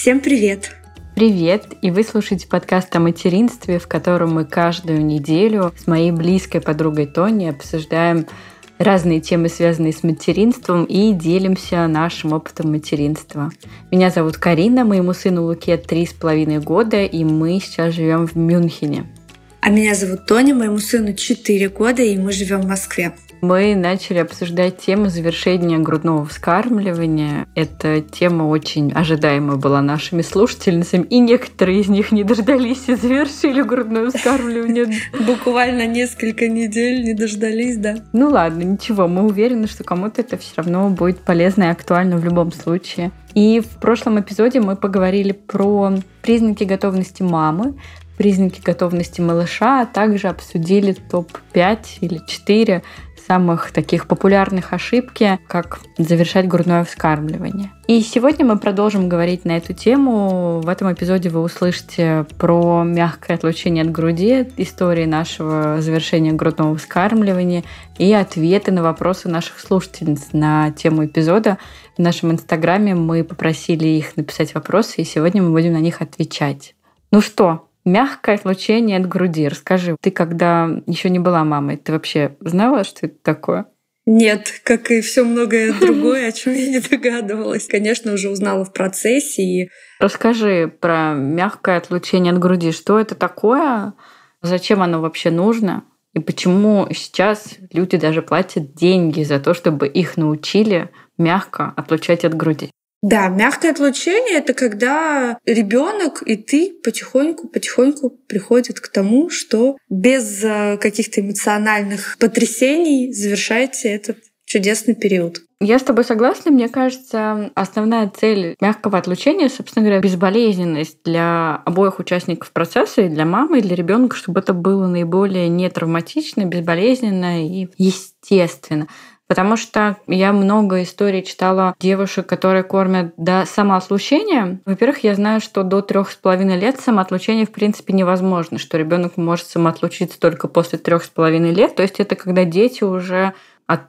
Всем привет! Привет! И вы слушаете подкаст о материнстве, в котором мы каждую неделю с моей близкой подругой Тони обсуждаем разные темы, связанные с материнством, и делимся нашим опытом материнства. Меня зовут Карина, моему сыну Луке 3,5 года, и мы сейчас живем в Мюнхене. А меня зовут Тоня, моему сыну 4 года, и мы живем в Москве. Мы начали обсуждать тему завершения грудного вскармливания. Эта тема очень ожидаемая была нашими слушательницами, и некоторые из них не дождались и завершили грудное вскармливание. Буквально несколько недель не дождались, да. Ну ладно, ничего, мы уверены, что кому-то это все равно будет полезно и актуально в любом случае. И в прошлом эпизоде мы поговорили про признаки готовности мамы, признаки готовности малыша, а также обсудили топ-5 или 4 самых таких популярных ошибки, как завершать грудное вскармливание. И сегодня мы продолжим говорить на эту тему. В этом эпизоде вы услышите про мягкое отлучение от груди, истории нашего завершения грудного вскармливания и ответы на вопросы наших слушательниц на тему эпизода. В нашем инстаграме мы попросили их написать вопросы, и сегодня мы будем на них отвечать. Ну что, мягкое отлучение от груди. Расскажи, ты когда еще не была мамой, ты вообще знала, что это такое? Нет, как и все многое другое, о чем я не догадывалась. Конечно, уже узнала в процессе. И... Расскажи про мягкое отлучение от груди. Что это такое? Зачем оно вообще нужно? И почему сейчас люди даже платят деньги за то, чтобы их научили мягко отлучать от груди? Да, мягкое отлучение — это когда ребенок и ты потихоньку приходят к тому, что без каких-то эмоциональных потрясений завершаете этот чудесный период. Я с тобой согласна. Мне кажется, основная цель мягкого отлучения, собственно говоря, безболезненность для обоих участников процесса, и для мамы, и для ребенка, чтобы это было наиболее нетравматично, безболезненно и естественно. Потому что я много историй читала девушек, которые кормят до самоотлучения. Во-первых, я знаю, что до 3,5 лет самоотлучение в принципе невозможно, что ребенок может самоотлучиться только после 3,5 лет. То есть это когда дети уже от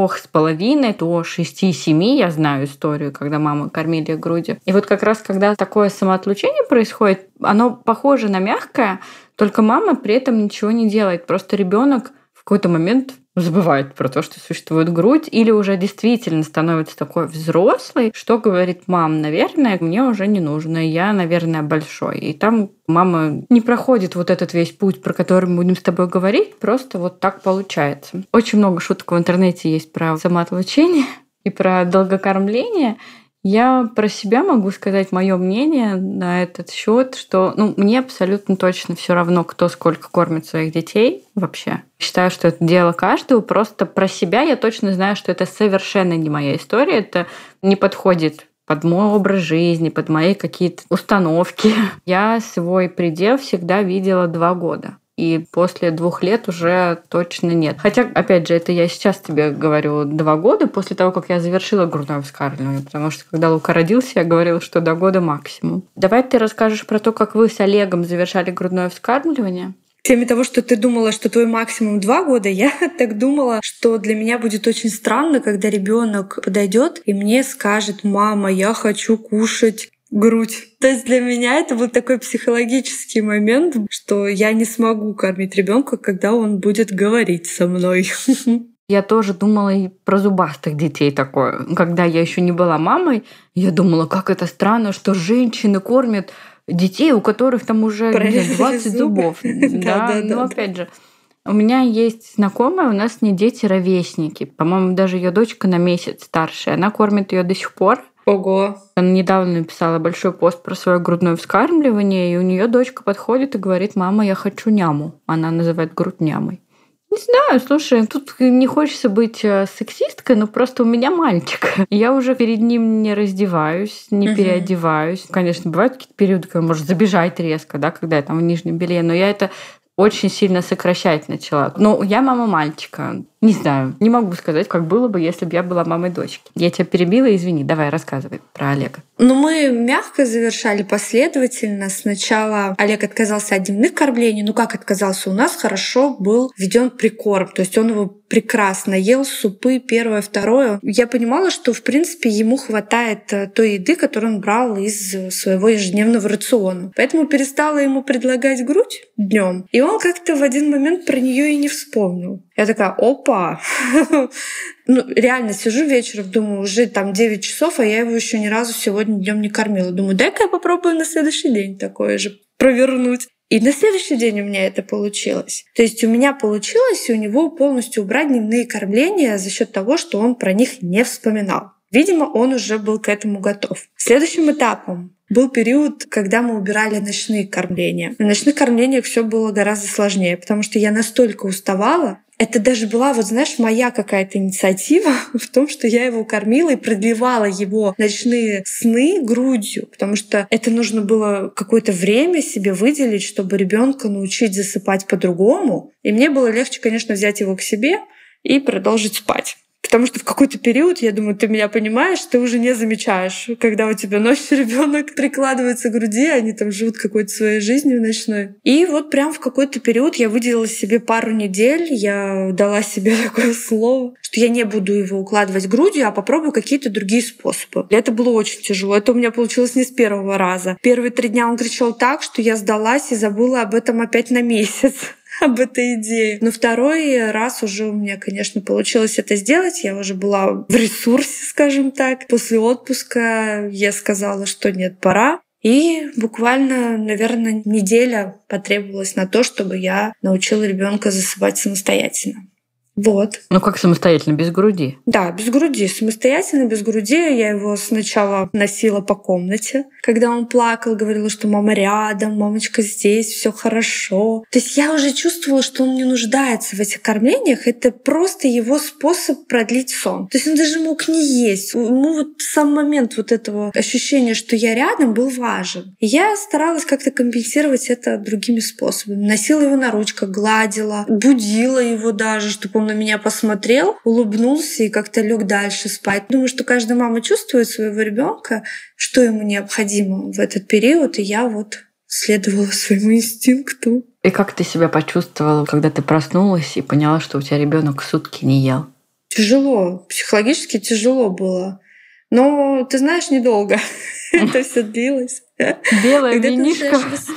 3,5 до 6-7, я знаю историю, когда мамы кормили грудью. И вот как раз когда такое самоотлучение происходит, оно похоже на мягкое, только мама при этом ничего не делает. Просто ребенок в какой-то момент забывает про то, что существует грудь, или уже действительно становится такой взрослый, что говорит: мам, наверное, мне уже не нужно, я, наверное, большой. И там мама не проходит вот этот весь путь, про который мы будем с тобой говорить, просто вот так получается. Очень много шуток в интернете есть про самоотлучение и про долгокормление. Я про себя могу сказать мое мнение на этот счет, что мне абсолютно точно все равно, кто сколько кормит своих детей вообще. Считаю, что это дело каждого. Просто про себя я точно знаю, что это совершенно не моя история. Это не подходит под мой образ жизни, под мои какие-то установки. Я свой предел всегда видела 2 года. И после 2 лет уже точно нет. Хотя, опять же, это я сейчас тебе говорю 2 года после того, как я завершила грудное вскармливание. Потому что когда Лука родился, я говорила, что до года максимум. Давай ты расскажешь про то, как вы с Олегом завершали грудное вскармливание. В теме того, что ты думала, что твой максимум 2 года, я так думала, что для меня будет очень странно, когда ребенок подойдет и мне скажет: мама, я хочу кушать грудь. То есть для меня это был такой психологический момент, что я не смогу кормить ребенка, когда он будет говорить со мной. Я тоже думала и про зубастых детей такое. Когда я еще не была мамой, я думала, как это странно, что женщины кормят детей, у которых там уже 20 зубов. Да, но опять же, у меня есть знакомая, у нас не дети-ровесники. По-моему, даже ее дочка на месяц старше. Она кормит ее до сих пор. Ого. Она недавно написала большой пост про свое грудное вскармливание, и у нее дочка подходит и говорит: мама, я хочу няму. Она называет грудь нямой. Не знаю, слушай, тут не хочется быть сексисткой, но просто у меня мальчик. Я уже перед ним не раздеваюсь, не переодеваюсь. Конечно, бывают какие-то периоды, когда может забежать резко, да, когда я там в нижнем белье, но я это очень сильно сокращать начала. Но я мама мальчика. Не знаю, не могу сказать, как было бы, если бы я была мамой дочки. Я тебя перебила, извини, давай рассказывай про Олега. Но мы мягко завершали последовательно. Сначала Олег отказался от дневных кормлений. Ну как отказался? У нас хорошо был введен прикорм. То есть он его прекрасно ел, супы первое, второе. Я понимала, что в принципе ему хватает той еды, которую он брал из своего ежедневного рациона. Поэтому перестала ему предлагать грудь днем. И он как-то в один момент про нее и не вспомнил. Я такая, опа! Ну, реально сижу вечером, думаю, уже там 9 часов, а я его еще ни разу сегодня днем не кормила. Думаю, дай-ка я попробую на следующий день такое же провернуть. И на следующий день у меня это получилось. То есть у меня получилось у него полностью убрать дневные кормления за счет того, что он про них не вспоминал. Видимо, он уже был к этому готов. Следующим этапом был период, когда мы убирали ночные кормления. На ночных кормлениях все было гораздо сложнее, потому что я настолько уставала. Это даже была, вот знаешь, моя какая-то инициатива в том, что я его кормила и продлевала его ночные сны грудью, потому что это нужно было какое-то время себе выделить, чтобы ребенка научить засыпать по-другому. И мне было легче, конечно, взять его к себе и продолжить спать. Потому что в какой-то период, я думаю, ты меня понимаешь, ты уже не замечаешь, когда у тебя ночью ребенок прикладывается к груди, они там живут какой-то своей жизнью ночной. И вот прям в какой-то период я выделила себе пару недель, я дала себе такое слово, что я не буду его укладывать грудью, а попробую какие-то другие способы. И это было очень тяжело. Это у меня получилось не с первого раза. Первые 3 дня он кричал так, что я сдалась и забыла об этом опять на месяц. Об этой идее. Но второй раз уже у меня, конечно, получилось это сделать. Я уже была в ресурсе, скажем так. После отпуска я сказала, что нет, пора. И буквально, наверное, неделя потребовалась на то, чтобы я научила ребенка засыпать самостоятельно. Вот. Ну как самостоятельно, без груди? Да, без груди. Самостоятельно, без груди. Я его сначала носила по комнате. Когда он плакал, говорила, что мама рядом, мамочка здесь, все хорошо. То есть я уже чувствовала, что он не нуждается в этих кормлениях. Это просто его способ продлить сон. То есть он даже мог не есть. Ему вот сам момент вот этого ощущения, что я рядом, был важен. И я старалась как-то компенсировать это другими способами. Носила его на ручках, гладила, будила его даже, чтобы он на меня посмотрел, улыбнулся и как-то лег дальше спать. Думаю, что каждая мама чувствует своего ребенка, что ему необходимо в этот период, и я вот следовала своему инстинкту. И как ты себя почувствовала, когда ты проснулась и поняла, что у тебя ребенок сутки не ел? Тяжело, психологически тяжело было. Но, ты знаешь, недолго это все длилось. Белая винишка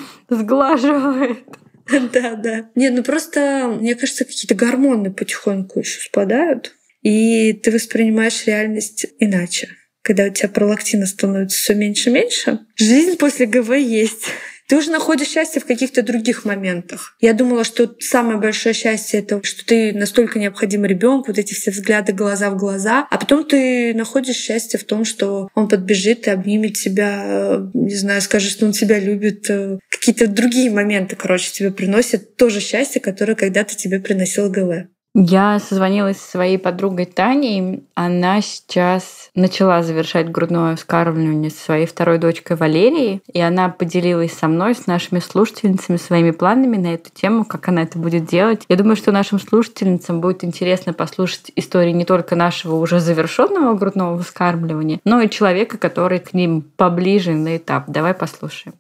сглаживает. Да. Нет, ну просто, мне кажется, какие-то гормоны потихоньку еще спадают, и ты воспринимаешь реальность иначе. Когда у тебя пролактина становится все меньше и меньше, жизнь после ГВ есть. Ты уже находишь счастье в каких-то других моментах. Я думала, что самое большое счастье — это что ты настолько необходим ребенку, вот эти все взгляды глаза в глаза, а потом ты находишь счастье в том, что он подбежит и обнимет тебя, не знаю, скажет, что он тебя любит. Какие-то другие моменты, короче, тебе приносят тоже счастье, которое когда-то тебе приносил ГВ. Я созвонилась со своей подругой Таней. Она сейчас начала завершать грудное вскармливание со своей второй дочкой Валерией. И она поделилась со мной, с нашими слушательницами, своими планами на эту тему, как она это будет делать. Я думаю, что нашим слушательницам будет интересно послушать истории не только нашего уже завершенного грудного вскармливания, но и человека, который к ним поближе на этап. Давай послушаем.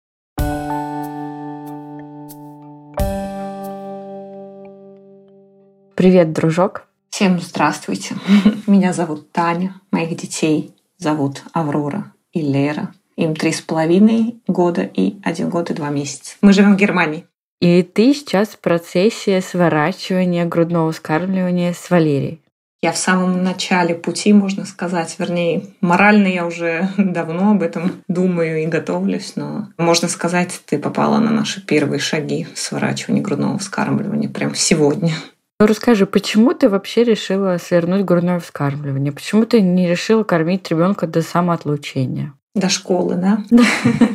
Привет, дружок. Всем здравствуйте. Меня зовут Таня. Моих детей зовут Аврора и Лера. Им 3,5 года и 1 год и 2 месяца. Мы живем в Германии. И ты сейчас в процессе сворачивания грудного вскармливания с Валерией. Я в самом начале пути, можно сказать. Вернее, морально я уже давно об этом думаю и готовлюсь. Но, можно сказать, ты попала на наши первые шаги в сворачивании грудного вскармливания прямо сегодня. Ну, расскажи, почему ты вообще решила свернуть грудное вскармливание? Почему ты не решила кормить ребенка до самоотлучения? До школы, да?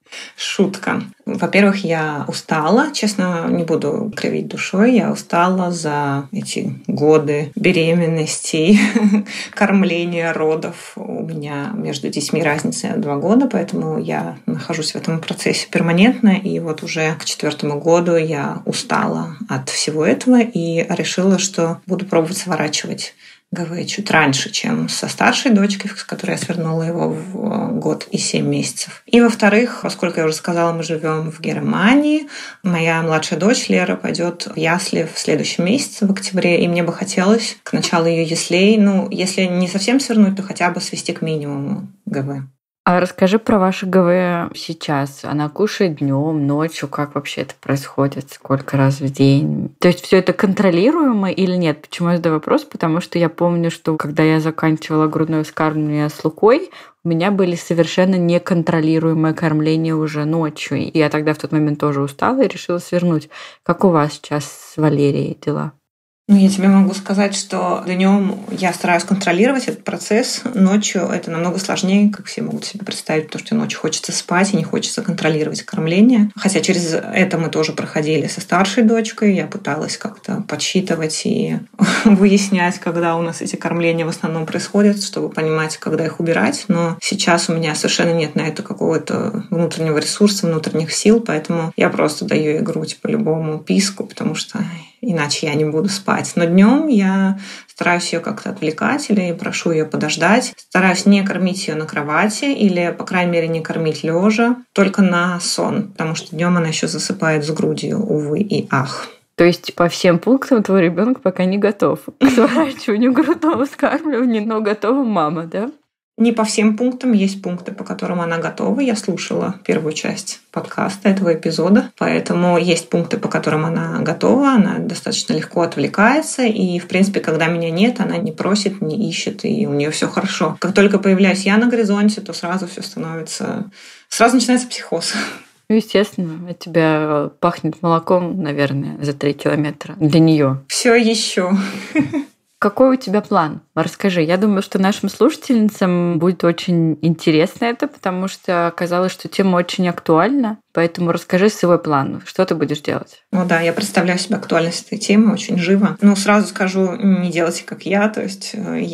Шутка. Во-первых, я устала, честно, не буду кривить душой, я устала за эти годы беременности, кормления, родов. У меня между детьми разница 2 года, поэтому я нахожусь в этом процессе перманентно, и вот уже к 4-му году я устала от всего этого и решила, что буду пробовать сворачивать ГВ чуть раньше, чем со старшей дочкой, с которой я свернула его в 1 год и 7 месяцев. И, во-вторых, поскольку я уже сказала, мы живем в Германии, моя младшая дочь Лера пойдет в ясли в следующем месяце, в октябре, и мне бы хотелось к началу ее яслей, если не совсем свернуть, то хотя бы свести к минимуму ГВ. А расскажи про ваше ГВ сейчас. Она кушает днем, ночью, как вообще это происходит, сколько раз в день? То есть все это контролируемо или нет? Почему я задаю вопрос? Потому что я помню, что когда я заканчивала грудное вскармливание с Лукой, у меня были совершенно неконтролируемое кормление уже ночью. И я тогда в тот момент тоже устала и решила свернуть. Как у вас сейчас с Валерией дела? Я тебе могу сказать, что днем я стараюсь контролировать этот процесс. Ночью это намного сложнее, как все могут себе представить, потому что ночью хочется спать и не хочется контролировать кормление. Хотя через это мы тоже проходили со старшей дочкой. Я пыталась как-то подсчитывать и выяснять, когда у нас эти кормления в основном происходят, чтобы понимать, когда их убирать. Но сейчас у меня совершенно нет на это какого-то внутреннего ресурса, внутренних сил, поэтому я просто даю ей грудь по любому писку, потому что иначе я не буду спать. Но днем я стараюсь ее как-то отвлекать или прошу ее подождать. Стараюсь не кормить ее на кровати или, по крайней мере, не кормить лежа, только на сон, потому что днем она еще засыпает с грудью, увы и ах. То есть по всем пунктам твой ребенок пока не готов к сворачиванию грудного вскармливания, но готова мама, да? Не по всем пунктам. Есть пункты, по которым она готова. Я слушала первую часть подкаста этого эпизода. Поэтому есть пункты, по которым она готова. Она достаточно легко отвлекается. И, в принципе, когда меня нет, она не просит, не ищет, и у нее все хорошо. Как только появляюсь я на горизонте, то сразу все становится... Сразу начинается психоз. Естественно, от тебя пахнет молоком, наверное, за 3 километра для нее. Все еще. Какой у тебя план? Расскажи. Я думаю, что нашим слушательницам будет очень интересно это, потому что оказалось, что тема очень актуальна. Поэтому расскажи свой план. Что ты будешь делать? Да, я представляю себе актуальность этой темы очень живо. Сразу скажу, не делайте как я. То есть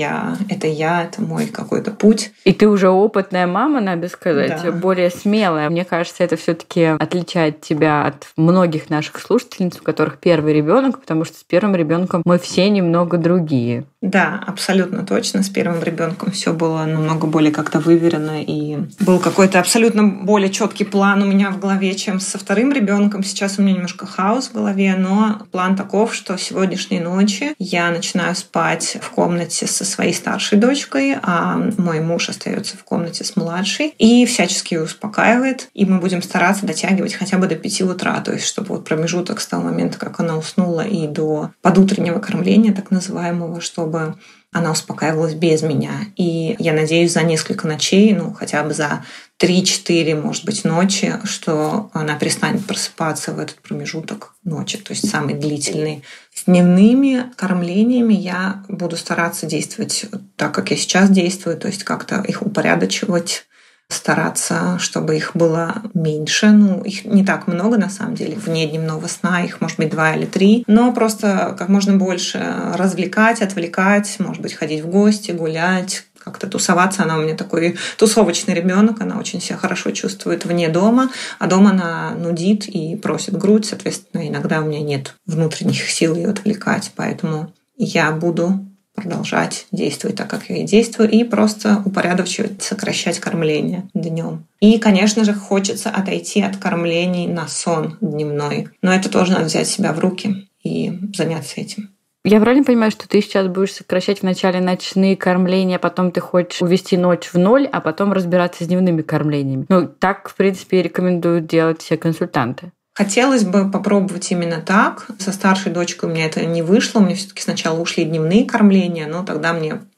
это мой какой-то путь. И ты уже опытная мама, надо сказать, да. Более смелая. Мне кажется, это все-таки отличает тебя от многих наших слушательниц, у которых первый ребенок, потому что с первым ребенком мы все немного другие. Да, абсолютно точно. С первым ребенком все было намного более как-то выверено, и был какой-то абсолютно более четкий план у меня в голове, чем со вторым ребенком. Сейчас у меня немножко хаос в голове, но план таков, что сегодняшней ночи я начинаю спать в комнате со своей старшей дочкой, а мой муж остается в комнате с младшей и всячески ее успокаивает. И мы будем стараться дотягивать хотя бы до 5 утра, то есть чтобы промежуток с того момента, как она уснула, и до подутреннего кормления, так называемого, чтобы она успокаивалась без меня. И я надеюсь, за несколько ночей, хотя бы за 3-4, может быть, ночи, что она перестанет просыпаться в этот промежуток ночи, то есть самый длительный. С дневными кормлениями я буду стараться действовать так, как я сейчас действую, то есть как-то их упорядочивать, стараться, чтобы их было меньше. Их не так много, на самом деле. Вне дневного сна их может быть 2 или 3. Но просто как можно больше развлекать, отвлекать, может быть, ходить в гости, гулять, как-то тусоваться. Она у меня такой тусовочный ребенок, она очень себя хорошо чувствует вне дома, а дома она нудит и просит грудь. Соответственно, иногда у меня нет внутренних сил ее отвлекать. Поэтому я буду продолжать действовать так, как я и действую, и просто упорядочивать, сокращать кормление днем. И, конечно же, хочется отойти от кормлений на сон дневной. Но это тоже надо взять себя в руки и заняться этим. Я правильно понимаю, что ты сейчас будешь сокращать вначале ночные кормления, потом ты хочешь увести ночь в ноль, а потом разбираться с дневными кормлениями? Так, в принципе, рекомендуют делать все консультанты. Хотелось бы попробовать именно так. Со старшей дочкой у меня это не вышло. У меня все-таки сначала ушли дневные кормления, но тогда мне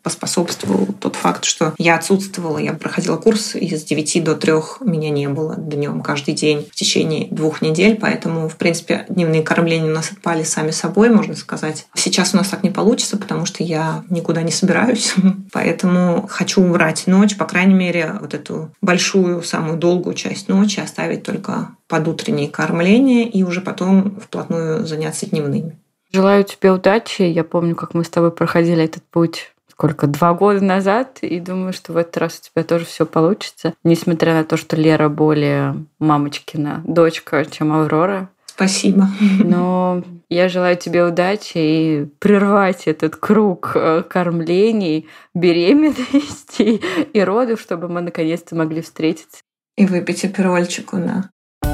поспособствовал тот факт, что я отсутствовала. Я проходила курс, и с 9 до 3 меня не было днем каждый день в течение 2 недель, поэтому, в принципе, дневные кормления у нас отпали сами собой, можно сказать. Сейчас у нас так не получится, потому что я никуда не собираюсь, поэтому хочу убрать ночь, по крайней мере, вот эту большую, самую долгую часть ночи оставить только под утреннее кормление и уже потом вплотную заняться дневными. Желаю тебе удачи. Я помню, как мы с тобой проходили этот путь 2 года назад, и думаю, что в этот раз у тебя тоже все получится, несмотря на то, что Лера более мамочкина дочка, чем Аврора. Спасибо. Но я желаю тебе удачи и прервать этот круг кормлений, беременности и родов, чтобы мы наконец-то могли встретиться. И выпить аперольчику, да.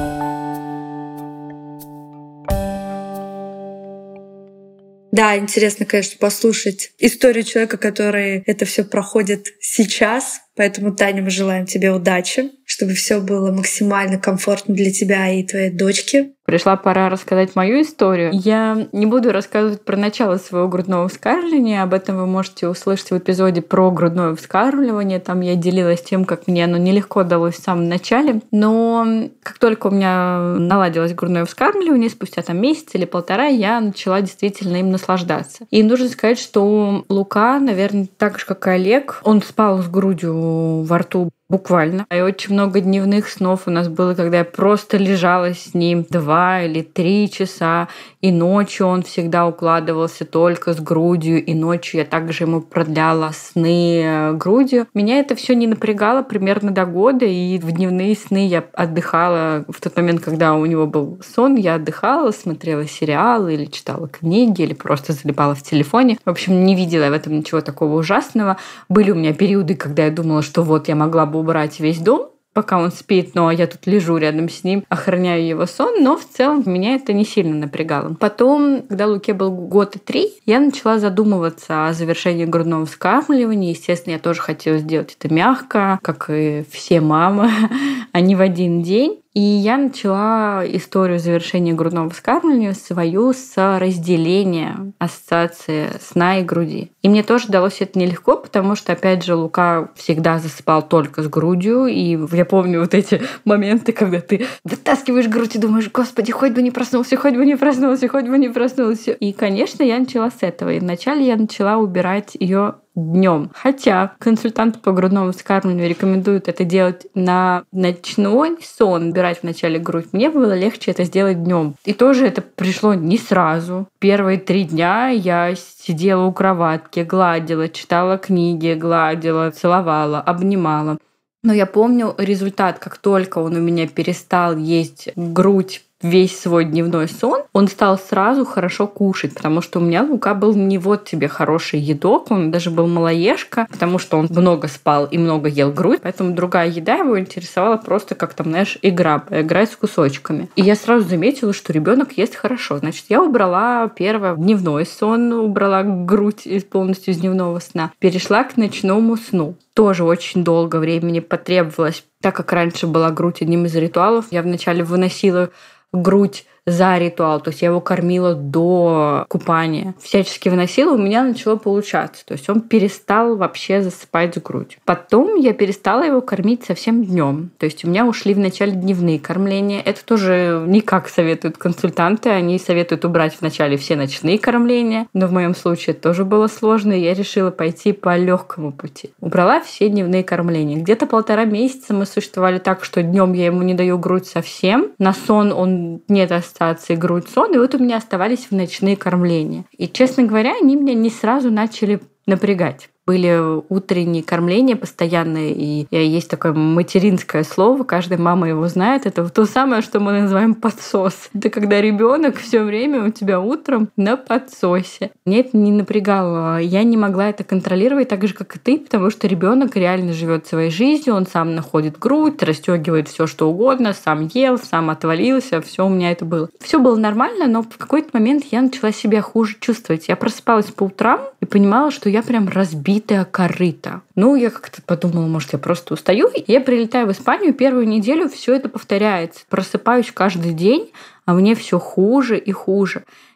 Да, интересно, конечно, послушать историю человека, который это все проходит сейчас. Поэтому, Таня, мы желаем тебе удачи, чтобы все было максимально комфортно для тебя и твоей дочки. Пришла пора рассказать мою историю. Я не буду рассказывать про начало своего грудного вскармливания. Об этом вы можете услышать в эпизоде про грудное вскармливание. Там я делилась тем, как мне оно нелегко далось в самом начале. Но как только у меня наладилось грудное вскармливание, спустя месяц или 1,5, я начала действительно им наслаждаться. И нужно сказать, что Лука, наверное, так же, как и Олег, он спал с грудью во рту буквально. И очень много дневных снов у нас было, когда я просто лежала с ним 2 или 3 часа, и ночью он всегда укладывался только с грудью, и ночью я также ему продляла сны грудью. Меня это все не напрягало примерно до года, и в дневные сны я отдыхала. В тот момент, когда у него был сон, я отдыхала, смотрела сериалы или читала книги, или просто залипала в телефоне. В общем, не видела в этом ничего такого ужасного. Были у меня периоды, когда я думала, что вот я могла бы убрать весь дом, пока он спит, но я тут лежу рядом с ним, охраняю его сон, но в целом меня это не сильно напрягало. Потом, когда Луке был 3 года, я начала задумываться о завершении грудного вскармливания. Естественно, я тоже хотела сделать это мягко, как и все мамы, а не в один день. И я начала историю завершения грудного вскармливания свою с разделения ассоциации сна и груди. И мне тоже далось это нелегко, потому что, опять же, Лука всегда засыпал только с грудью. И я помню вот эти моменты, когда ты вытаскиваешь грудь и думаешь: Господи, хоть бы не проснулся, хоть бы не проснулся, хоть бы не проснулся. И, конечно, я начала с этого. И вначале я начала убирать ее днем. Хотя консультанты по грудному вскармливанию рекомендуют это делать на ночной сон, убирать вначале грудь. Мне было легче это сделать днем. И тоже это пришло не сразу. Первые 3 дня я сидела у кроватки, гладила, читала книги, гладила, целовала, обнимала. Но я помню результат, как только он у меня перестал есть грудь весь свой дневной сон, он стал сразу хорошо кушать, потому что у меня Лука был не вот тебе хороший едок, он даже был малоежка, потому что он много спал и много ел грудь, поэтому другая еда его интересовала просто как там, знаешь, игра, поиграть с кусочками. И я сразу заметила, что ребенок ест хорошо. Значит, я убрала первое дневной сон, убрала грудь полностью из дневного сна, перешла к ночному сну. Тоже очень долго времени потребовалось, так как раньше была грудь одним из ритуалов. Я вначале выносила грудь за ритуал, то есть я его кормила до купания, всячески выносила, у меня начало получаться, то есть он перестал вообще засыпать с грудью. Потом я перестала его кормить совсем днем, то есть у меня ушли вначале дневные кормления, это тоже не как советуют консультанты, они советуют убрать вначале все ночные кормления, но в моем случае это тоже было сложно, и я решила пойти по легкому пути. Убрала все дневные кормления. Где-то 1,5 месяца мы существовали так, что днем я ему не даю грудь совсем, на сон он нет ассоциации грудь-сон, и вот у меня оставались в ночные кормления. И, честно говоря, они меня не сразу начали напрягать. Были утренние кормления постоянные, и есть такое материнское слово, каждая мама его знает, это то самое, что мы называем подсос. Это когда ребенок все время у тебя утром на подсосе. Мне это не напрягало, я не могла это контролировать так же, как и ты, потому что ребенок реально живет своей жизнью, он сам находит грудь, расстегивает все что угодно, сам ел, сам отвалился, все у меня это было. Все было нормально, но в какой-то момент я начала себя хуже чувствовать. Я просыпалась по утрам и понимала, что я прям разбитая корыто. Ну, я как-то подумала, может, я просто устаю. И я прилетаю в Испанию, первую неделю все это повторяется. Просыпаюсь каждый день, а мне все хуже и хуже.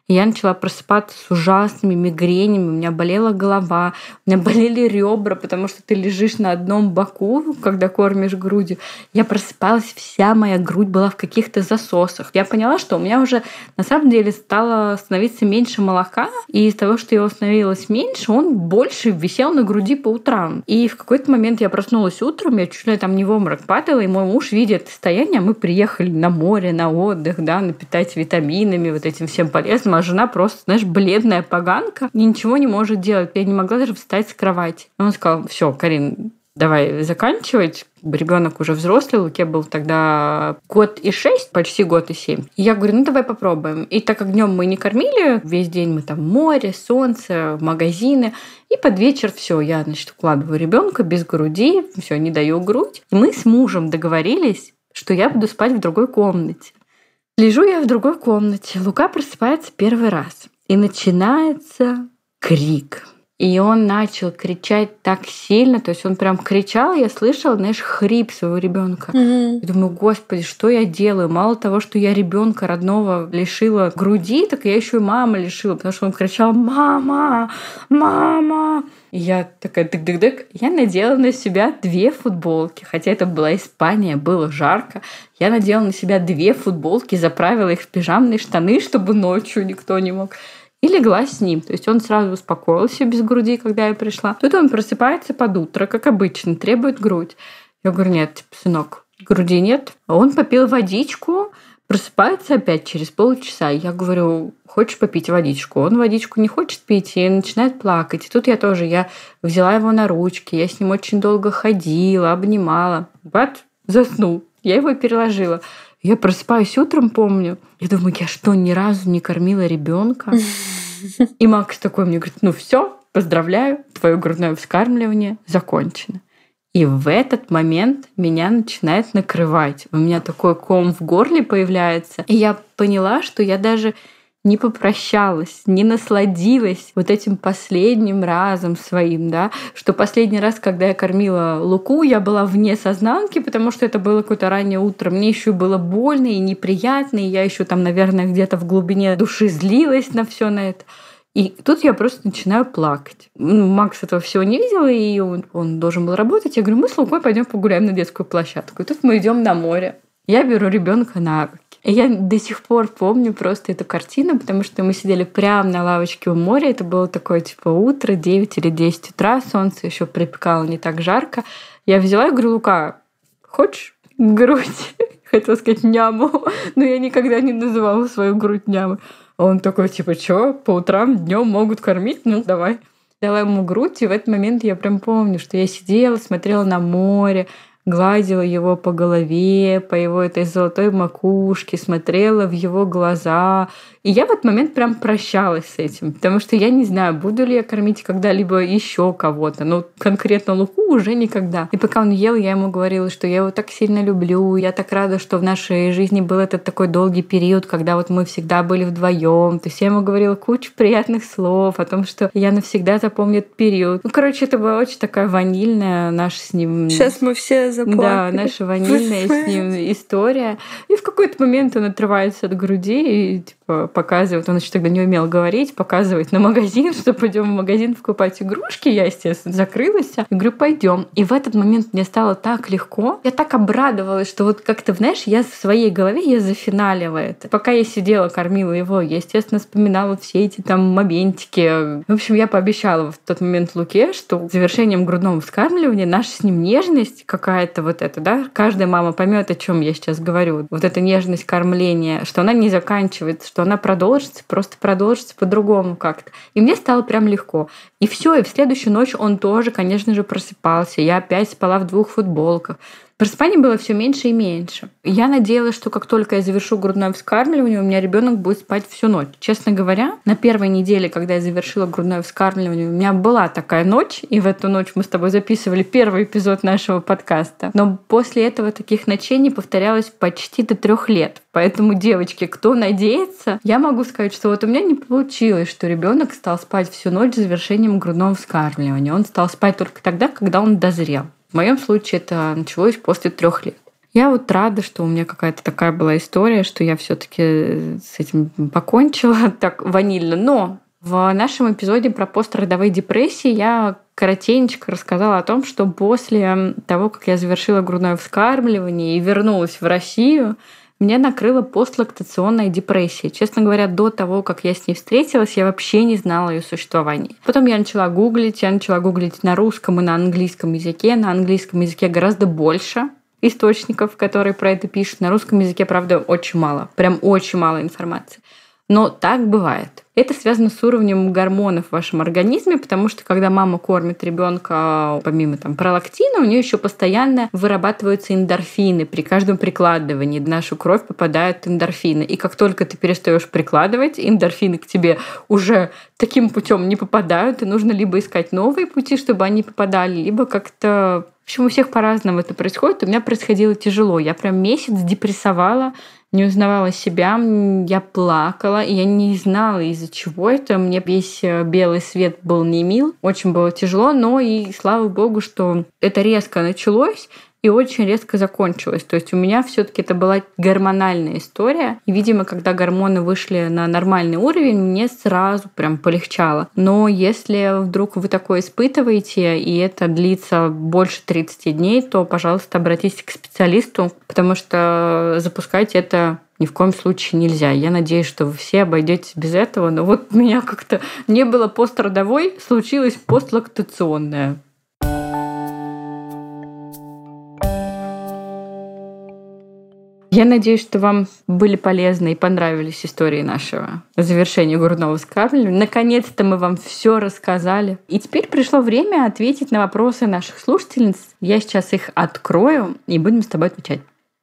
И я начала просыпаться с ужасными мигренями, у меня болела голова, у меня болели ребра, потому что ты лежишь на одном боку, когда кормишь грудью. Я просыпалась, вся моя грудь была в каких-то засосах. Я поняла, что у меня уже на самом деле стало становиться меньше молока, и из того, что его становилось меньше, он больше висел на груди по утрам. И в какой-то момент я проснулась утром, я чуть ли там не в обморок падала, и мой муж, видя это состояние, мы приехали на море, на отдых, да, напитать витаминами, вот этим всем полезным, а жена просто, знаешь, бледная поганка, ничего не может делать. Я не могла даже встать с кровати. Он сказал: все, Карин, давай заканчивать. Ребенок уже взрослый, Луке был тогда 1 год и 6, почти 1 год и 7. И я говорю: ну давай попробуем. И так как днем мы не кормили, весь день мы там море, солнце, магазины, и под вечер все, я, значит, укладываю ребенка без груди, все, не даю грудь. И мы с мужем договорились, что я буду спать в другой комнате. Лежу я в другой комнате. Лука просыпается первый раз. И начинается крик. И он начал кричать так сильно, то есть он прям кричал, я слышала, знаешь, хрип своего ребенка. Я думаю: Господи, что я делаю? Мало того, что я ребенка родного лишила груди, так я еще и маму лишила, потому что он кричал: мама, мама. И я такая дык-дык-дык. Я надела на себя 2 футболки, хотя это была Испания, было жарко. Я надела на себя 2 футболки, заправила их в пижамные штаны, чтобы ночью никто не мог. И легла с ним. То есть он сразу успокоился без груди, когда я пришла. Тут он просыпается под утро, как обычно, требует грудь. Я говорю: нет, типа, сынок, груди нет. Он попил водичку, просыпается опять через полчаса. Я говорю: хочешь попить водичку? Он водичку не хочет пить и начинает плакать. И тут я взяла его на ручки, я с ним очень долго ходила, обнимала. Бат, заснул. Я его переложила. Я просыпаюсь утром, помню. Я думаю: я что, ни разу не кормила ребенка? И Макс такой мне говорит: ну все, поздравляю, твое грудное вскармливание закончено. И в этот момент меня начинает накрывать. У меня такой ком в горле появляется. И я поняла, что я даже не попрощалась, не насладилась вот этим последним разом своим, да, что последний раз, когда я кормила Луку, я была вне сознанки, потому что это было какое-то раннее утро, мне еще было больно и неприятно, и я еще там, наверное, где-то в глубине души злилась на все на это. И тут я просто начинаю плакать. Макс этого всего не видел, и он должен был работать. Я говорю: мы с Лукой пойдем погуляем на детскую площадку. И тут мы идем на море. Я беру ребенка на руки. И я до сих пор помню просто эту картину, потому что мы сидели прямо на лавочке у моря. Это было такое типа утро, 9 или 10 утра, солнце еще припекало, не так жарко. Я взяла и говорю: Лука, хочешь грудь? Хотела сказать няму, но я никогда не называла свою грудь нямой. Он такой типа: чё, по утрам, днем могут кормить? Ну, давай. Дала ему грудь, и в этот момент я прям помню, что я сидела, смотрела на море, гладила его по голове, по его этой золотой макушке, смотрела в его глаза. И я в этот момент прям прощалась с этим, потому что я не знаю, буду ли я кормить когда-либо еще кого-то, но конкретно Луку уже никогда. И пока он ел, я ему говорила, что я его так сильно люблю, я так рада, что в нашей жизни был этот такой долгий период, когда вот мы всегда были вдвоем. То есть я ему говорила кучу приятных слов о том, что я навсегда запомню этот период. Ну, короче, это была очень такая ванильная наша с ним... Сейчас мы все заплакали. Да, наша ванильная с ним история. И в какой-то момент он отрывается от груди и типа показывает, он еще тогда не умел говорить, показывает на магазин, что пойдем в магазин покупать игрушки. Я, естественно, закрылась. Я говорю: пойдем. И в этот момент мне стало так легко. Я так обрадовалась, что вот как-то, знаешь, я в своей голове я зафиналила это. Пока я сидела, кормила его, я, естественно, вспоминала все эти там моментики. В общем, я пообещала в тот момент Луке, что завершением грудного вскармливания наша с ним нежность какая-то вот эта, да, каждая мама поймет, о чем я сейчас говорю. Вот эта нежность кормления, что она не заканчивается, что она продолжится, просто продолжится по-другому как-то. И мне стало прям легко. И все, и в следующую ночь он тоже, конечно же, просыпался. Я опять спала в 2 футболках. Просыпаний было все меньше и меньше. Я надеялась, что как только я завершу грудное вскармливание, у меня ребенок будет спать всю ночь. Честно говоря, на первой неделе, когда я завершила грудное вскармливание, у меня была такая ночь, и в эту ночь мы с тобой записывали первый эпизод нашего подкаста. Но после этого таких ночей не повторялось почти до 3 лет. Поэтому, девочки, кто надеется, я могу сказать, что вот у меня не получилось, что ребенок стал спать всю ночь с завершением грудного вскармливания. Он стал спать только тогда, когда он дозрел. В моем случае это началось после 3 лет. Я вот рада, что у меня какая-то такая была история, что я все-таки с этим покончила так ванильно. Но в нашем эпизоде про постродовые депрессии я коротенько рассказала о том, что после того, как я завершила грудное вскармливание и вернулась в Россию, меня накрыла постлактационная депрессия. Честно говоря, до того, как я с ней встретилась, я вообще не знала о ее существовании. Потом я начала гуглить на русском и на английском языке. На английском языке гораздо больше источников, которые про это пишут. На русском языке, правда, очень мало. Прям очень мало информации. Но так бывает. Это связано с уровнем гормонов в вашем организме, потому что когда мама кормит ребенка, помимо пролактина, у нее еще постоянно вырабатываются эндорфины. При каждом прикладывании в нашу кровь попадают эндорфины. И как только ты перестаешь прикладывать, эндорфины к тебе уже таким путем не попадают, и нужно либо искать новые пути, чтобы они попадали, либо как-то... В общем, у всех по-разному это происходит. У меня происходило тяжело. Я прям месяц депрессовала, не узнавала себя, я плакала, и я не знала, из-за чего это. Мне весь белый свет был не мил, очень было тяжело, но и слава богу, что это резко началось и очень резко закончилось. То есть у меня все-таки это была гормональная история. И, видимо, когда гормоны вышли на нормальный уровень, мне сразу прям полегчало. Но если вдруг вы такое испытываете, и это длится больше 30 дней, то, пожалуйста, обратитесь к специалисту, потому что запускать это ни в коем случае нельзя. Я надеюсь, что вы все обойдетесь без этого. Но вот у меня как-то не было постродовой, случилось постлактационное. Я надеюсь, что вам были полезны и понравились истории нашего завершения грудного вскармливания. Наконец-то мы вам все рассказали. И теперь пришло время ответить на вопросы наших слушательниц. Я сейчас их открою и будем с тобой отвечать.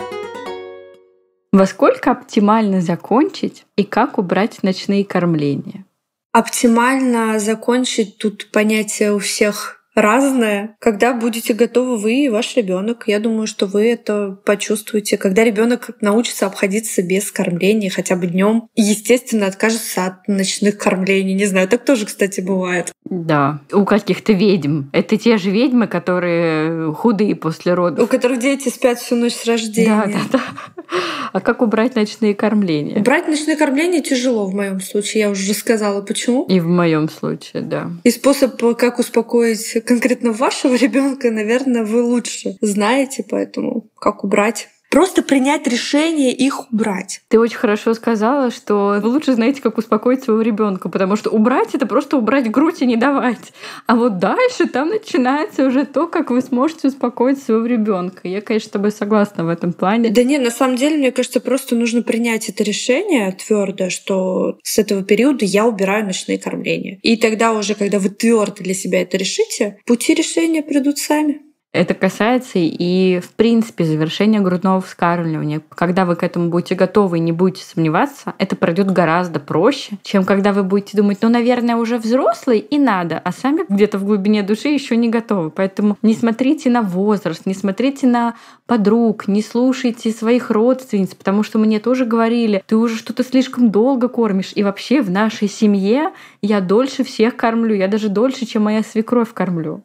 Во сколько оптимально закончить и как убрать ночные кормления? Оптимально закончить, тут понятие у всех разное. Когда будете готовы вы и ваш ребенок, я думаю, что вы это почувствуете. Когда ребенок научится обходиться без кормления хотя бы днем, и, естественно, откажется от ночных кормлений. Не знаю, так тоже, кстати, бывает. Да, у каких-то ведьм. Это те же ведьмы, которые худые после родов. У которых дети спят всю ночь с рождения. Да. А как убрать ночные кормления? Убрать ночные кормления тяжело в моем случае. Я уже рассказала, почему. И в моем случае, да. И способ, как успокоить конкретно вашего ребенка, наверное, вы лучше знаете, поэтому как убрать. Просто принять решение их убрать. Ты очень хорошо сказала, что вы лучше знаете, как успокоить своего ребенка, потому что убрать — это просто убрать грудь и не давать. А вот дальше там начинается уже то, как вы сможете успокоить своего ребенка. Я, конечно, с тобой согласна в этом плане. Да нет, на самом деле, мне кажется, просто нужно принять это решение твердо, что с этого периода я убираю ночные кормления. И тогда уже, когда вы твердо для себя это решите, пути решения придут сами. Это касается и, в принципе, завершения грудного вскармливания. Когда вы к этому будете готовы и не будете сомневаться, это пройдет гораздо проще, чем когда вы будете думать, наверное, уже взрослый и надо, а сами где-то в глубине души еще не готовы. Поэтому не смотрите на возраст, не смотрите на подруг, не слушайте своих родственниц, потому что мне тоже говорили, ты уже что-то слишком долго кормишь. И вообще в нашей семье я дольше всех кормлю, я даже дольше, чем моя свекровь кормлю.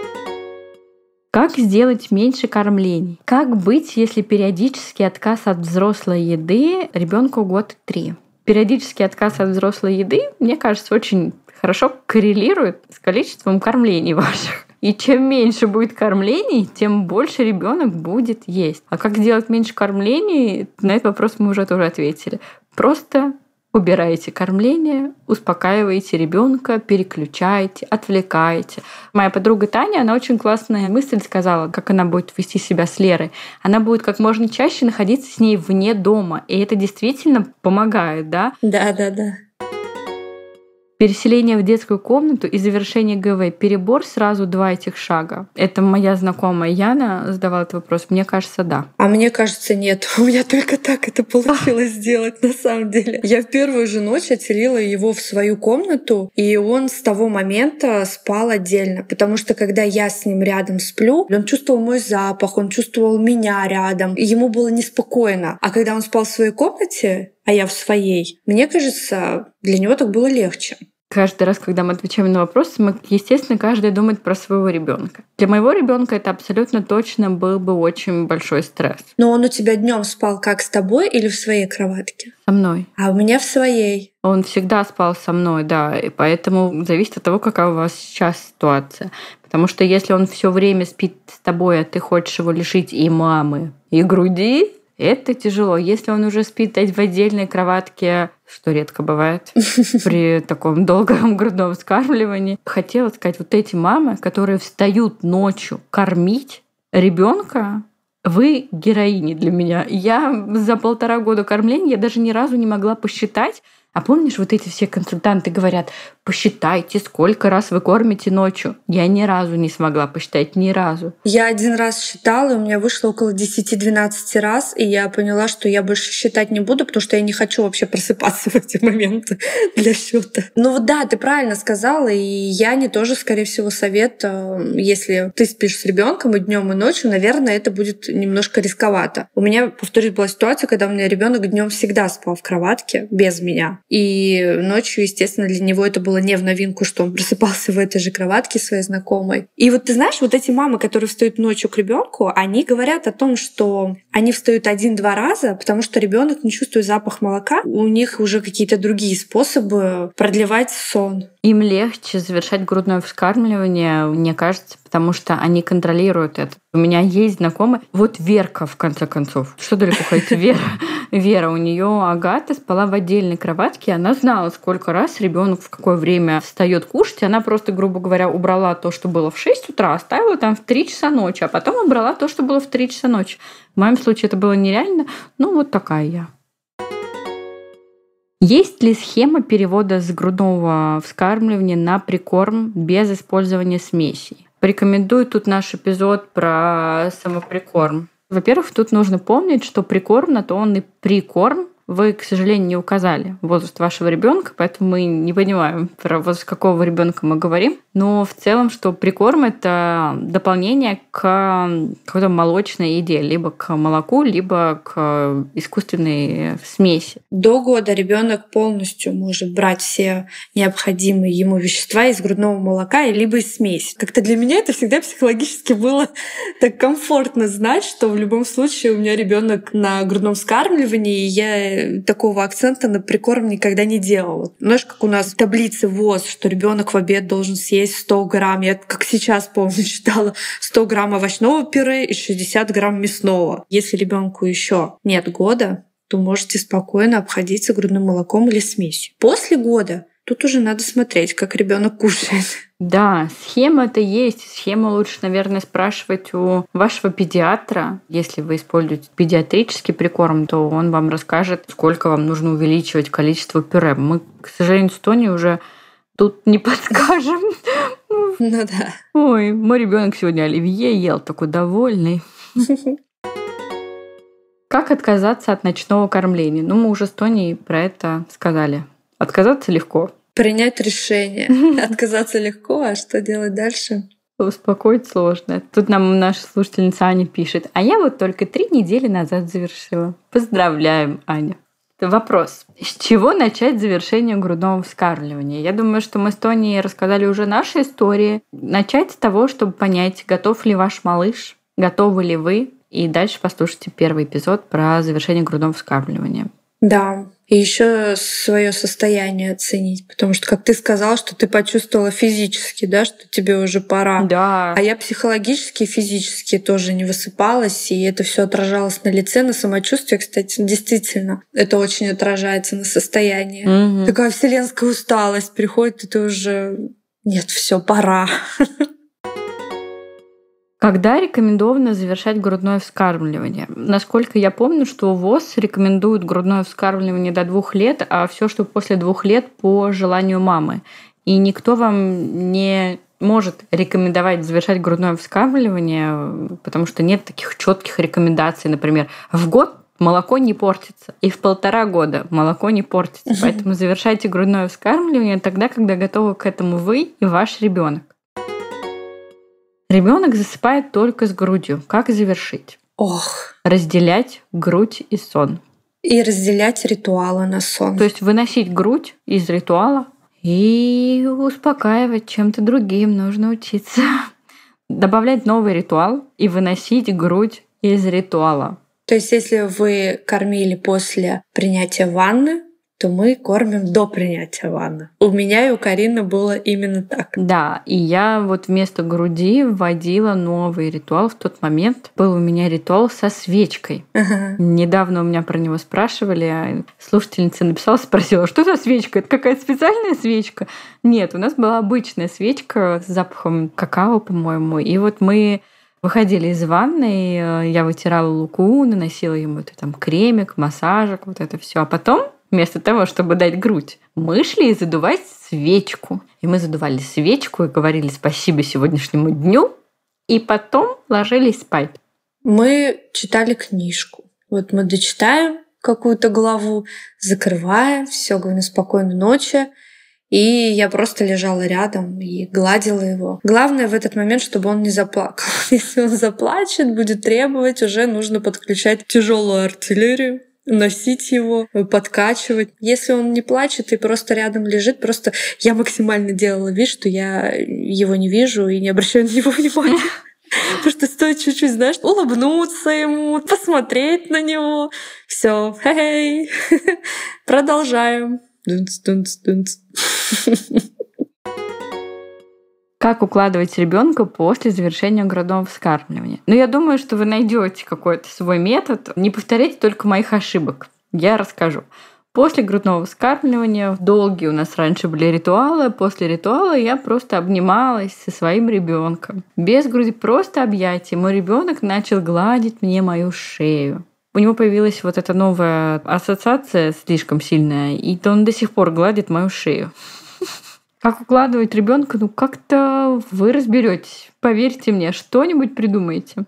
Как сделать меньше кормлений? Как быть, если периодический отказ от взрослой еды ребенку 3 года? Периодический отказ от взрослой еды, мне кажется, очень хорошо коррелирует с количеством кормлений ваших. И чем меньше будет кормлений, тем больше ребенок будет есть. А как сделать меньше кормлений? На этот вопрос мы уже тоже ответили. Просто убираете кормление, успокаиваете ребенка, переключаете, отвлекаете. Моя подруга Таня, она очень классная мысль сказала, как она будет вести себя с Лерой. Она будет как можно чаще находиться с ней вне дома. И это действительно помогает, да? Да. Переселение в детскую комнату и завершение ГВ. Перебор сразу 2 этих шага. Это моя знакомая Яна задавала этот вопрос. Мне кажется, да. А мне кажется, нет. У меня только так это получилось сделать на самом деле. Я в первую же ночь отселила его в свою комнату, и он с того момента спал отдельно. Потому что когда я с ним рядом сплю, он чувствовал мой запах, он чувствовал меня рядом. И ему было неспокойно. А когда он спал в своей комнате, а я в своей, мне кажется, для него так было легче. Каждый раз, когда мы отвечаем на вопросы, естественно, каждый думает про своего ребенка. Для моего ребенка это абсолютно точно был бы очень большой стресс. Но он у тебя днем спал как, с тобой или в своей кроватке? Со мной. А у меня в своей. Он всегда спал со мной, да, и поэтому зависит от того, какая у вас сейчас ситуация. Потому что если он все время спит с тобой, а ты хочешь его лишить и мамы, и груди, это тяжело. Если он уже спит в отдельной кроватке, что редко бывает при таком долгом грудном вскармливании, хотела сказать, вот эти мамы, которые встают ночью кормить ребенка, вы героини для меня. Я за 1,5 года кормления даже ни разу не могла посчитать. А помнишь, вот эти все консультанты говорят, посчитайте, сколько раз вы кормите ночью. Я ни разу не смогла посчитать, ни разу. Я один раз считала, и у меня вышло около 10-12 раз, и я поняла, что я больше считать не буду, потому что я не хочу вообще просыпаться в эти моменты для счета. Ну вот да, ты правильно сказала, и Яне тоже, скорее всего, совет, если ты спишь с ребенком и днем, и ночью, наверное, это будет немножко рисковато. У меня, повторюсь, была ситуация, когда у меня ребенок днем всегда спал в кроватке без меня. И ночью, естественно, для него это было не в новинку, что он просыпался в этой же кроватке своей знакомой. И вот ты знаешь, вот эти мамы, которые встают ночью к ребенку, они говорят о том, что они встают 1-2 раза, потому что ребенок не чувствует запах молока. У них уже какие-то другие способы продлевать сон. Им легче завершать грудное вскармливание, мне кажется, потому что они контролируют это. У меня есть знакомые. Вот Верка, в конце концов. Что далеко ходить? Вера, у нее Агата спала в отдельной кроватке, она знала, сколько раз ребенок в какое время встает кушать. Она просто, грубо говоря, убрала то, что было в 6 утра, оставила там в 3 часа ночи, а потом убрала то, что было в 3 часа ночи. В моем случае это было нереально. Ну, вот такая я. Есть ли схема перевода с грудного вскармливания на прикорм без использования смесей? Порекомендую тут наш эпизод про самоприкорм. Во-первых, тут нужно помнить, что прикорм на то он и прикорм. Вы, к сожалению, не указали возраст вашего ребенка, поэтому мы не понимаем, про возраст какого ребенка мы говорим. Но в целом, что прикорм — это дополнение к какой-то молочной еде, либо к молоку, либо к искусственной смеси. До года ребенок полностью может брать все необходимые ему вещества из грудного молока либо из смеси. Как-то для меня это всегда психологически было так комфортно знать, что в любом случае у меня ребенок на грудном вскармливании, и я такого акцента на прикорм никогда не делала. Знаешь, как у нас в таблице ВОЗ, что ребенок в обед должен съесть 100 грамм. Я как сейчас помню, считала 100 грамм овощного пюре и 60 грамм мясного. Если ребенку еще нет года, то можете спокойно обходиться грудным молоком или смесью. После года тут уже надо смотреть, как ребенок кушает. Да, схема-то есть. Схему лучше, наверное, спрашивать у вашего педиатра. Если вы используете педиатрический прикорм, то он вам расскажет, сколько вам нужно увеличивать количество пюре. Мы, к сожалению, с Тони уже тут не подскажем. Ну да. Ой, мой ребенок сегодня оливье ел, такой довольный. Как отказаться от ночного кормления? Ну, мы уже с Тоней про это сказали. Отказаться легко. Принять решение. Отказаться легко, а что делать дальше? Успокоить сложно. Тут нам наша слушательница Аня пишет. А я вот только 3 недели назад завершила. Поздравляем, Аня. Вопрос. С чего начать завершение грудного вскармливания? Я думаю, что мы с Тоней рассказали уже наши истории. Начать с того, чтобы понять, готов ли ваш малыш, готовы ли вы. И дальше послушайте первый эпизод про завершение грудного вскармливания. Да. И еще свое состояние оценить. Потому что, как ты сказала, что ты почувствовала физически, да, что тебе уже пора. Да. А я психологически и физически тоже не высыпалась, и это все отражалось на лице, на самочувствии. Кстати, действительно, это очень отражается на состоянии. Угу. Такая вселенская усталость приходит, и ты уже... Нет, все, пора. Когда рекомендовано завершать грудное вскармливание? Насколько я помню, что ВОЗ рекомендует грудное вскармливание до 2 лет, а все, что после 2 лет, по желанию мамы. И никто вам не может рекомендовать завершать грудное вскармливание, потому что нет таких четких рекомендаций. Например, в год молоко не портится, и в 1,5 года молоко не портится. Поэтому завершайте грудное вскармливание тогда, когда готовы к этому вы и ваш ребенок. Ребенок засыпает только с грудью. Как завершить? Ох. Разделять грудь и сон. И разделять ритуалы на сон. То есть выносить грудь из ритуала и успокаивать чем-то другим нужно учиться. Добавлять новый ритуал и выносить грудь из ритуала. То есть, если вы кормили после принятия ванны, то мы кормим до принятия ванны. У меня и у Карины было именно так. Да, и я вот вместо груди вводила новый ритуал. В тот момент был у меня ритуал со свечкой. Ага. Недавно у меня про него спрашивали, а слушательница написала, спросила, что за свечка? Это какая-то специальная свечка? Нет, у нас была обычная свечка с запахом какао, по-моему. И вот мы выходили из ванны, я вытирала Луку, наносила ему там кремик, массажик, вот это все. А потом вместо того, чтобы дать грудь, мы шли задувать свечку. И мы задували свечку и говорили спасибо сегодняшнему дню, и потом ложились спать. Мы читали книжку. Вот мы дочитаем какую-то главу, закрываем, все, говорим спокойной ночи. И я просто лежала рядом и гладила его. Главное в этот момент, чтобы он не заплакал. Если он заплачет, будет требовать, уже нужно подключать тяжелую артиллерию, носить его, подкачивать. Если он не плачет и просто рядом лежит, просто я максимально делала вид, что я его не вижу и не обращаю на него внимания. Потому что стоит чуть-чуть, знаешь, улыбнуться ему, посмотреть на него. Все, хей, продолжаем. Дунц. Как укладывать ребенка после завершения грудного вскармливания? Я думаю, что вы найдете какой-то свой метод. Не повторяйте только моих ошибок. Я расскажу. После грудного вскармливания долгие у нас раньше были ритуалы. После ритуала я просто обнималась со своим ребенком. Без груди, просто объятия. Мой ребенок начал гладить мне мою шею. У него появилась вот эта новая ассоциация слишком сильная, и то он до сих пор гладит мою шею. Как укладывать ребенка? Как-то вы разберетесь. Поверьте мне, что-нибудь придумаете.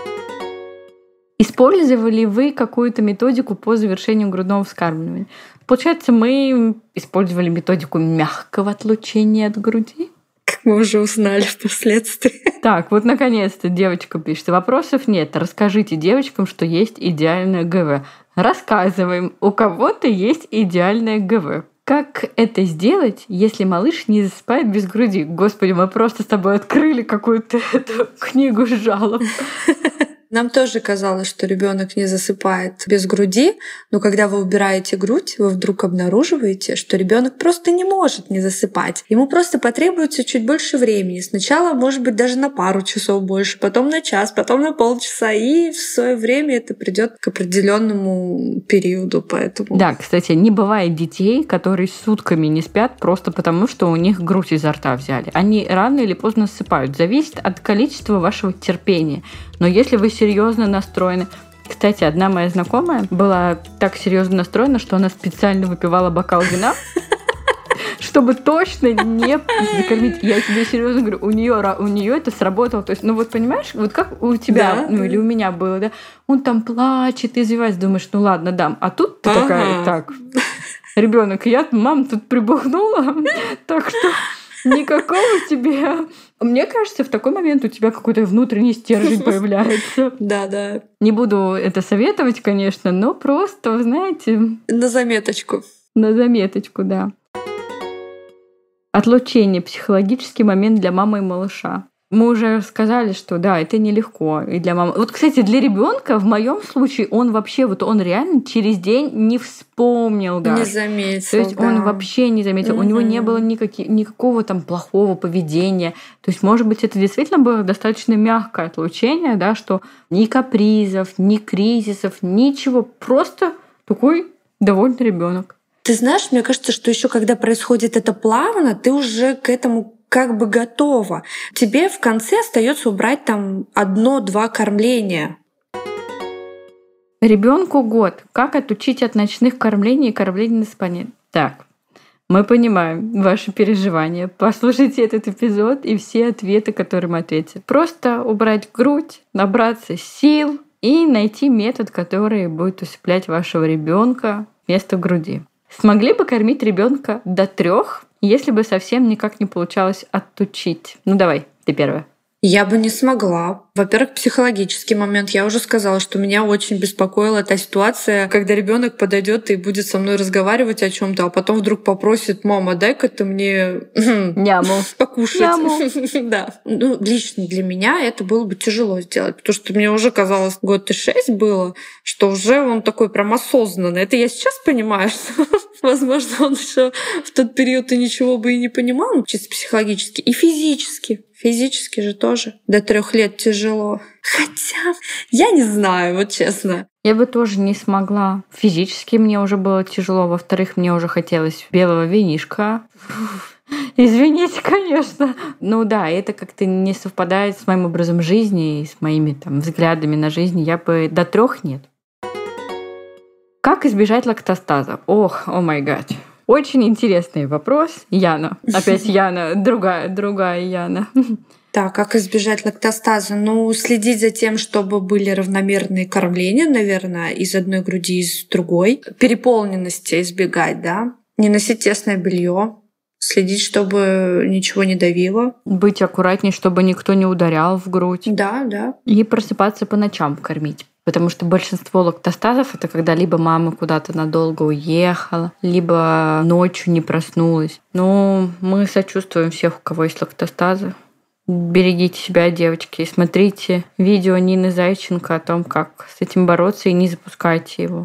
Использовали вы какую-то методику по завершению грудного вскармливания? Получается, мы использовали методику мягкого отлучения от груди. Как мы уже узнали впоследствии. Так, вот наконец-то девочка пишет. Вопросов нет. Расскажите девочкам, что есть идеальное ГВ. Рассказываем. У кого-то есть идеальное ГВ. Как это сделать, если малыш не засыпает без груди? Господи, мы просто с тобой открыли какую-то эту книгу жалоб. Нам тоже казалось, что ребенок не засыпает без груди, но когда вы убираете грудь, вы вдруг обнаруживаете, что ребенок просто не может не засыпать. Ему просто потребуется чуть больше времени. Сначала, может быть, даже на пару часов больше, потом на час, потом на полчаса, и в свое время это придет к определенному периоду. Поэтому... Да, кстати, не бывает детей, которые сутками не спят просто потому, что у них грудь изо рта взяли. Они рано или поздно засыпают. Зависит от количества вашего терпения. Но если вы серьезно настроены... Кстати, одна моя знакомая была так серьезно настроена, что она специально выпивала бокал вина, чтобы точно не закормить. Я тебе серьезно говорю, у нее это сработало. То есть, понимаешь, вот как у тебя, или у меня было, да, он там плачет, извивается, думаешь, ладно, дам. А тут ты такая, так, ребенок, мама тут прибухнула, так что никакого тебе... Мне кажется, в такой момент у тебя какой-то внутренний стержень появляется. Да. Не буду это советовать, конечно, но просто, вы знаете... На заметочку. На заметочку, да. Отлучение. Психологический момент для мамы и малыша. Мы уже сказали, что да, это нелегко и для мамы. Вот, кстати, для ребенка в моем случае он вообще, он реально через день не вспомнил даже. Не заметил. То есть он вообще не заметил. У него не было никакого там плохого поведения. То есть, может быть, это действительно было достаточно мягкое отлучение, да, что ни капризов, ни кризисов, ничего. Просто такой довольный ребенок. Ты знаешь, мне кажется, что еще когда происходит это плавно, ты уже к этому как бы готова. Тебе в конце остается убрать там 1-2 кормления. Ребенку год. Как отучить от ночных кормлений и кормлений на спине? Так, мы понимаем ваши переживания. Послушайте этот эпизод и все ответы, которые мы ответили. Просто убрать грудь, набраться сил и найти метод, который будет усыплять вашего ребенка вместо груди. Смогли бы кормить ребенка до 3, если бы совсем никак не получалось отучить? Давай, ты первая. Я бы не смогла. Во-первых, психологический момент. Я уже сказала, что меня очень беспокоила та ситуация, когда ребенок подойдет и будет со мной разговаривать о чем-то, а потом вдруг попросит: мама, дай-ка ты мне Няму. покушать. Да. Ну, лично для меня это было бы тяжело сделать, потому что мне уже казалось, год и 6 было, что уже он такой прям осознанный. Это я сейчас понимаю, что, возможно, он еще в тот период и ничего бы и не понимал, чисто психологически и физически. Физически же тоже до 3 лет тяжело. Хотя, я не знаю, вот честно. Я бы тоже не смогла. Физически мне уже было тяжело. Во-вторых, мне уже хотелось белого винишка. Извините, конечно. Ну да, это как-то не совпадает с моим образом жизни и с моими там взглядами на жизнь. Я бы до 3 нет. Как избежать лактостаза? Ох, о май гад. Очень интересный вопрос. Яна. Опять Яна, другая Яна. Так, как избежать лактостаза? Ну, следить за тем, чтобы были равномерные кормления, наверное, из одной груди, из другой. Переполненности избегать, да. Не носить тесное белье. Следить, чтобы ничего не давило. Быть аккуратнее, чтобы никто не ударял в грудь. Да, да. И просыпаться по ночам кормить. Потому что большинство лактостазов — это когда либо мама куда-то надолго уехала, либо ночью не проснулась. Но мы сочувствуем всех, у кого есть лактостазы. Берегите себя, девочки, и смотрите видео Нины Зайченко о том, как с этим бороться, и не запускайте его.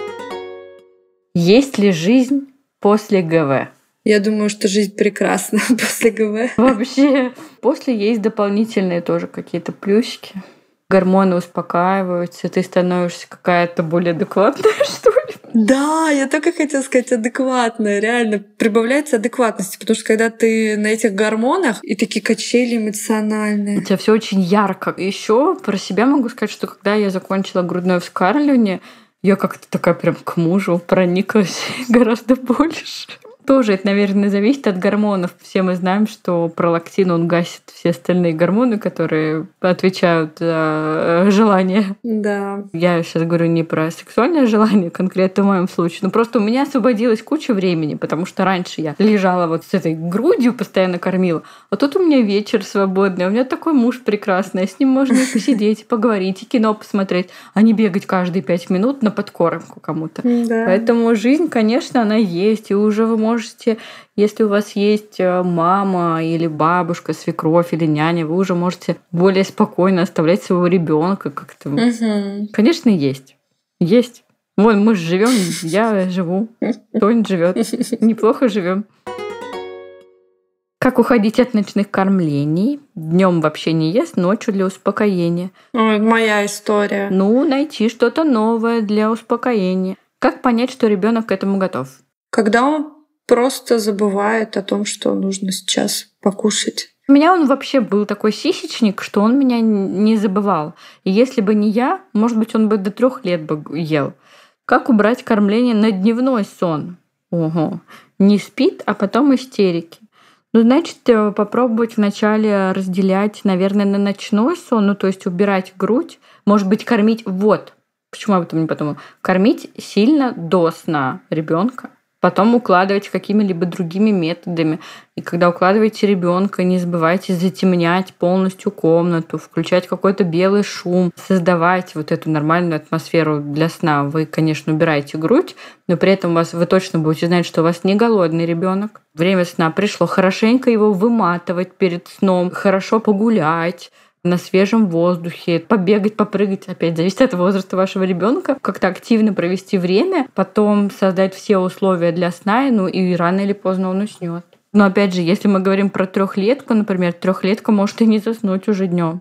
Есть ли жизнь после ГВ? Я думаю, что жизнь прекрасна после ГВ. Вообще, после есть дополнительные тоже какие-то плюсики. Гормоны успокаиваются, ты становишься какая-то более адекватная, что ли? Да, я только хотела сказать адекватная, реально. Прибавляется адекватности, потому что когда ты на этих гормонах и такие качели эмоциональные. У тебя все очень ярко. Еще про себя могу сказать, что когда я закончила грудное вскармливание, я как-то такая прям к мужу прониклась гораздо больше. Тоже это, наверное, зависит от гормонов. Все мы знаем, что пролактин, он гасит все остальные гормоны, которые отвечают за желание. Да. Я сейчас говорю не про сексуальное желание конкретно в моем случае, но просто у меня освободилась куча времени, потому что раньше я лежала вот с этой грудью, постоянно кормила, а тут у меня вечер свободный, у меня такой муж прекрасный, с ним можно и посидеть, и поговорить, и кино посмотреть, а не бегать каждые 5 минут на подкормку кому-то. Да. Поэтому жизнь, конечно, она есть, и уже вы можете, если у вас есть мама или бабушка, свекровь или няня, вы уже можете более спокойно оставлять своего ребенка как-то. Угу. Конечно, есть. Есть. Вон, мы же живем, я живу, Тоня живет. Неплохо живем. Как уходить от ночных кормлений? Днем вообще не ест, ночью для успокоения. Ой, моя история. Ну, найти что-то новое для успокоения. Как понять, что ребенок к этому готов? Когда он просто забывает о том, что нужно сейчас покушать. У меня он вообще был такой сисечник, что он меня не забывал. И если бы не я, может быть, он бы до 3 лет бы ел. Как убрать кормление на дневной сон? Ого. Не спит, а потом истерики. Ну, значит, попробовать вначале разделять, наверное, на ночной сон, ну, то есть убирать грудь, может быть, кормить, вот, почему я об этом не подумала, кормить сильно до сна ребенка. Потом укладывать какими-либо другими методами. И когда укладываете ребенка, не забывайте затемнять полностью комнату, включать какой-то белый шум, создавать вот эту нормальную атмосферу для сна. Вы, конечно, убираете грудь, но при этом вы точно будете знать, что у вас не голодный ребенок. Время сна пришло. Хорошенько его выматывать перед сном, хорошо погулять на свежем воздухе, побегать, попрыгать, опять зависит от возраста вашего ребенка, как-то активно провести время, потом создать все условия для сна, ну и рано или поздно он уснет. Но опять же, если мы говорим про 3-летку, например, 3-летка может и не заснуть уже днем.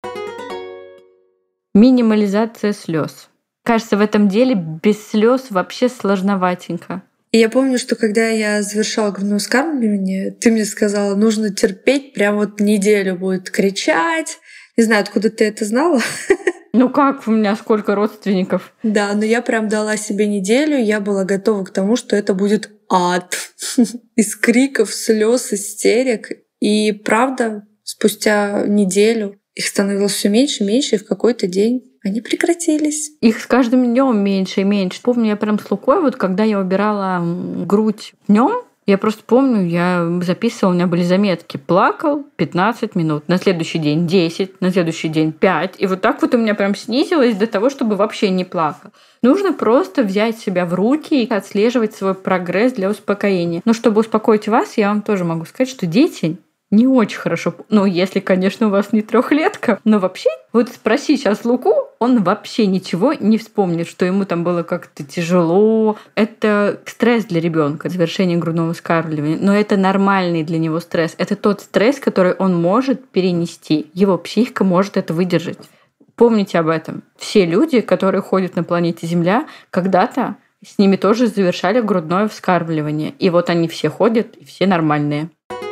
Минимализация слез. Кажется, в этом деле без слез вообще сложноватенько. И я помню, что когда я завершала грудное вскармливание, ты мне сказала, нужно терпеть, прям вот неделю будет кричать. Не знаю, откуда ты это знала. Ну как, у меня сколько родственников. Да, но я прям дала себе неделю, я была готова к тому, что это будет ад. Из криков, слез, истерик. И правда, спустя неделю их становилось все меньше и меньше, и в какой-то день они прекратились. Их с каждым днем меньше и меньше. Помню, я прям с Лукой, вот когда я убирала грудь днем, Я просто помню, я записывала, у меня были заметки. Плакал 15 минут, на следующий день 10, на следующий день 5. И вот так вот у меня прям снизилось до того, чтобы вообще не плакал. Нужно просто взять себя в руки и отслеживать свой прогресс для успокоения. Но чтобы успокоить вас, я вам тоже могу сказать, что дети не очень хорошо. Ну, если, конечно, у вас не 3-летка. Но вообще, вот спроси сейчас Луку, он вообще ничего не вспомнит, что ему там было как-то тяжело. Это стресс для ребенка, завершение грудного вскармливания. Но это нормальный для него стресс. Это тот стресс, который он может перенести. Его психика может это выдержать. Помните об этом. Все люди, которые ходят на планете Земля, когда-то с ними тоже завершали грудное вскармливание. И вот они все ходят, и все нормальные.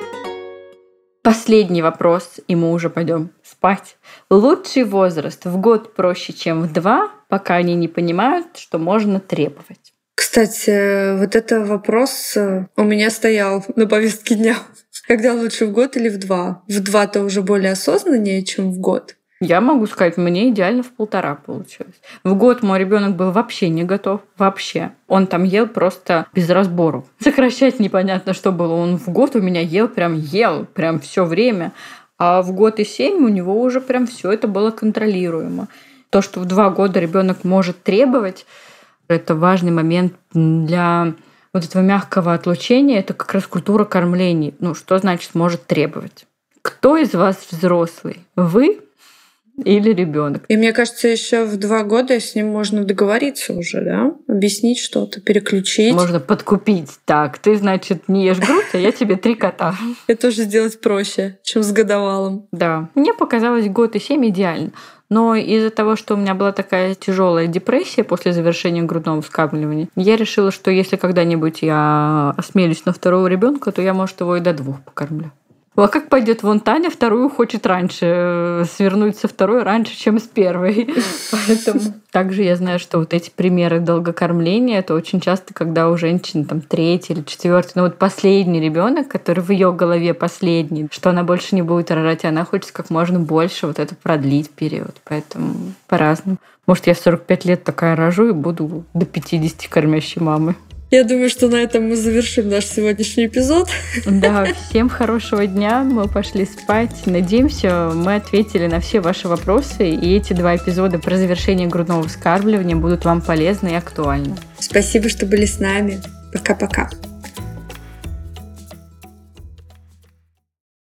Последний вопрос, и мы уже пойдем спать. Лучший возраст в год проще, чем в 2, пока они не понимают, что можно требовать. Кстати, вот это вопрос у меня стоял на повестке дня. Когда лучше, в год или в 2? В 2-то уже более осознаннее, чем в год. Я могу сказать, мне идеально в 1,5 получилось. В год мой ребенок был вообще не готов. Вообще. Он там ел просто без разбору. Сокращать непонятно, что было. Он в год у меня ел прям все время. А в год и 7 у него уже прям все это было контролируемо. То, что в 2 года ребенок может требовать, это важный момент для вот этого мягкого отлучения. Это как раз культура кормлений. Ну, что значит может требовать? Кто из вас взрослый? Вы или ребенок? И мне кажется, еще в 2 года с ним можно договориться уже, да? Объяснить что-то, переключить. Можно подкупить. Так, ты, значит, не ешь грудь, а я тебе 3 кота. Это тоже сделать проще, чем с годовалым. Да. Мне показалось 1 год и 7 идеально. Но из-за того, что у меня была такая тяжелая депрессия после завершения грудного вскармливания, я решила, что если когда-нибудь я осмелюсь на 2-го ребенка, то я, может, его и до 2 покормлю. А как пойдет вон Таня, 2-ю хочет раньше свернуть со 2-й раньше, чем с 1-й. Поэтому также я знаю, что вот эти примеры долгокормления, это очень часто, когда у женщины там 3-й или 4-й, ну вот последний ребенок, который в ее голове последний, что она больше не будет рожать, и она хочет как можно больше вот это продлить период. Поэтому по-разному. Может, я в 45 лет такая рожу и буду до 50 кормящей мамой. Я думаю, что на этом мы завершим наш сегодняшний эпизод. Да, всем хорошего дня. Мы пошли спать. Надеемся, мы ответили на все ваши вопросы. И эти 2 эпизода про завершение грудного вскармливания будут вам полезны и актуальны. Спасибо, что были с нами. Пока-пока.